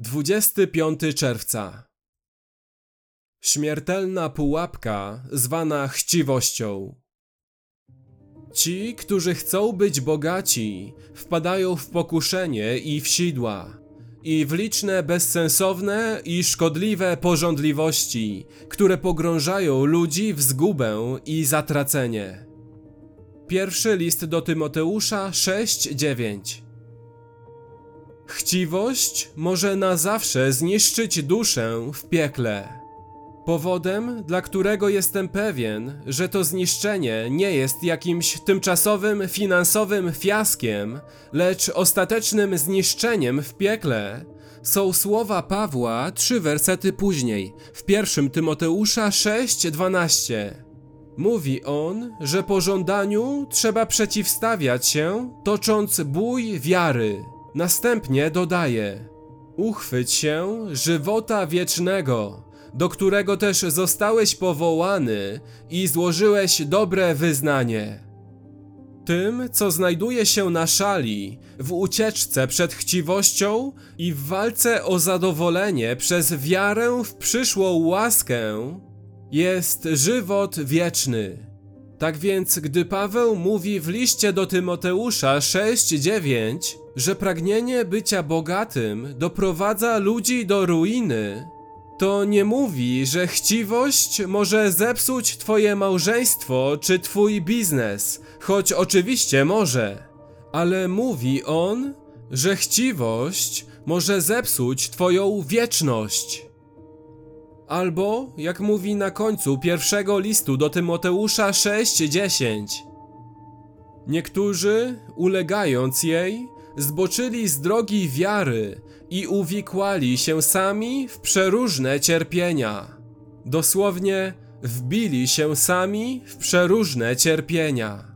25 czerwca. Śmiertelna pułapka zwana chciwością. Ci, którzy chcą być bogaci, wpadają w pokuszenie i w sidła, i w liczne bezsensowne i szkodliwe pożądliwości, które pogrążają ludzi w zgubę i zatracenie. Pierwszy list do Tymoteusza 6:9. Chciwość może na zawsze zniszczyć duszę w piekle. Powodem, dla którego jestem pewien, że to zniszczenie nie jest jakimś tymczasowym finansowym fiaskiem, lecz ostatecznym zniszczeniem w piekle, są słowa Pawła 3 wersety później, w 1 Tymoteusza 6:12. Mówi on, że pożądaniu trzeba przeciwstawiać się, tocząc bój wiary. Następnie dodaje: uchwyć się żywota wiecznego, do którego też zostałeś powołany i złożyłeś dobre wyznanie. Tym, co znajduje się na szali, w ucieczce przed chciwością i w walce o zadowolenie przez wiarę w przyszłą łaskę, jest żywot wieczny. Tak więc, gdy Paweł mówi w liście do Tymoteusza 6:9, że pragnienie bycia bogatym doprowadza ludzi do ruiny, to nie mówi, że chciwość może zepsuć twoje małżeństwo czy twój biznes, choć oczywiście może, ale mówi on, że chciwość może zepsuć twoją wieczność. Albo, jak mówi na końcu pierwszego listu do Tymoteusza 6:10, niektórzy, ulegając jej, zboczyli z drogi wiary i uwikłali się sami w przeróżne cierpienia. Dosłownie, wbili się sami w przeróżne cierpienia.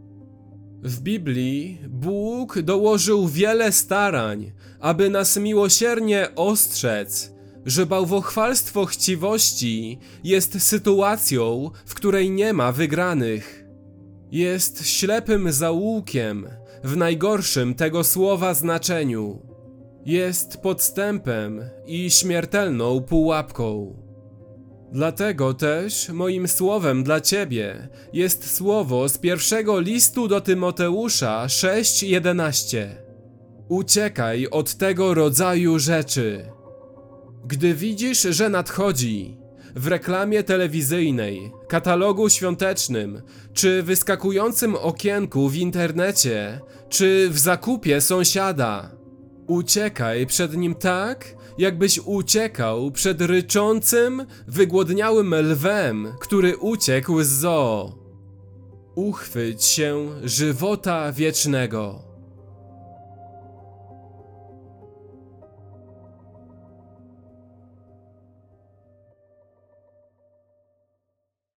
W Biblii Bóg dołożył wiele starań, aby nas miłosiernie ostrzec, że bałwochwalstwo chciwości jest sytuacją, w której nie ma wygranych. Jest ślepym zaułkiem, w najgorszym tego słowa znaczeniu. Jest podstępem i śmiertelną pułapką. Dlatego też moim słowem dla ciebie jest słowo z pierwszego listu do Tymoteusza 6:11. Uciekaj od tego rodzaju rzeczy. Gdy widzisz, że nadchodzi, w reklamie telewizyjnej, katalogu świątecznym, czy wyskakującym okienku w internecie, czy w zakupie sąsiada, uciekaj przed nim tak, jakbyś uciekał przed ryczącym, wygłodniałym lwem, który uciekł z zoo. Uchwyć się żywota wiecznego.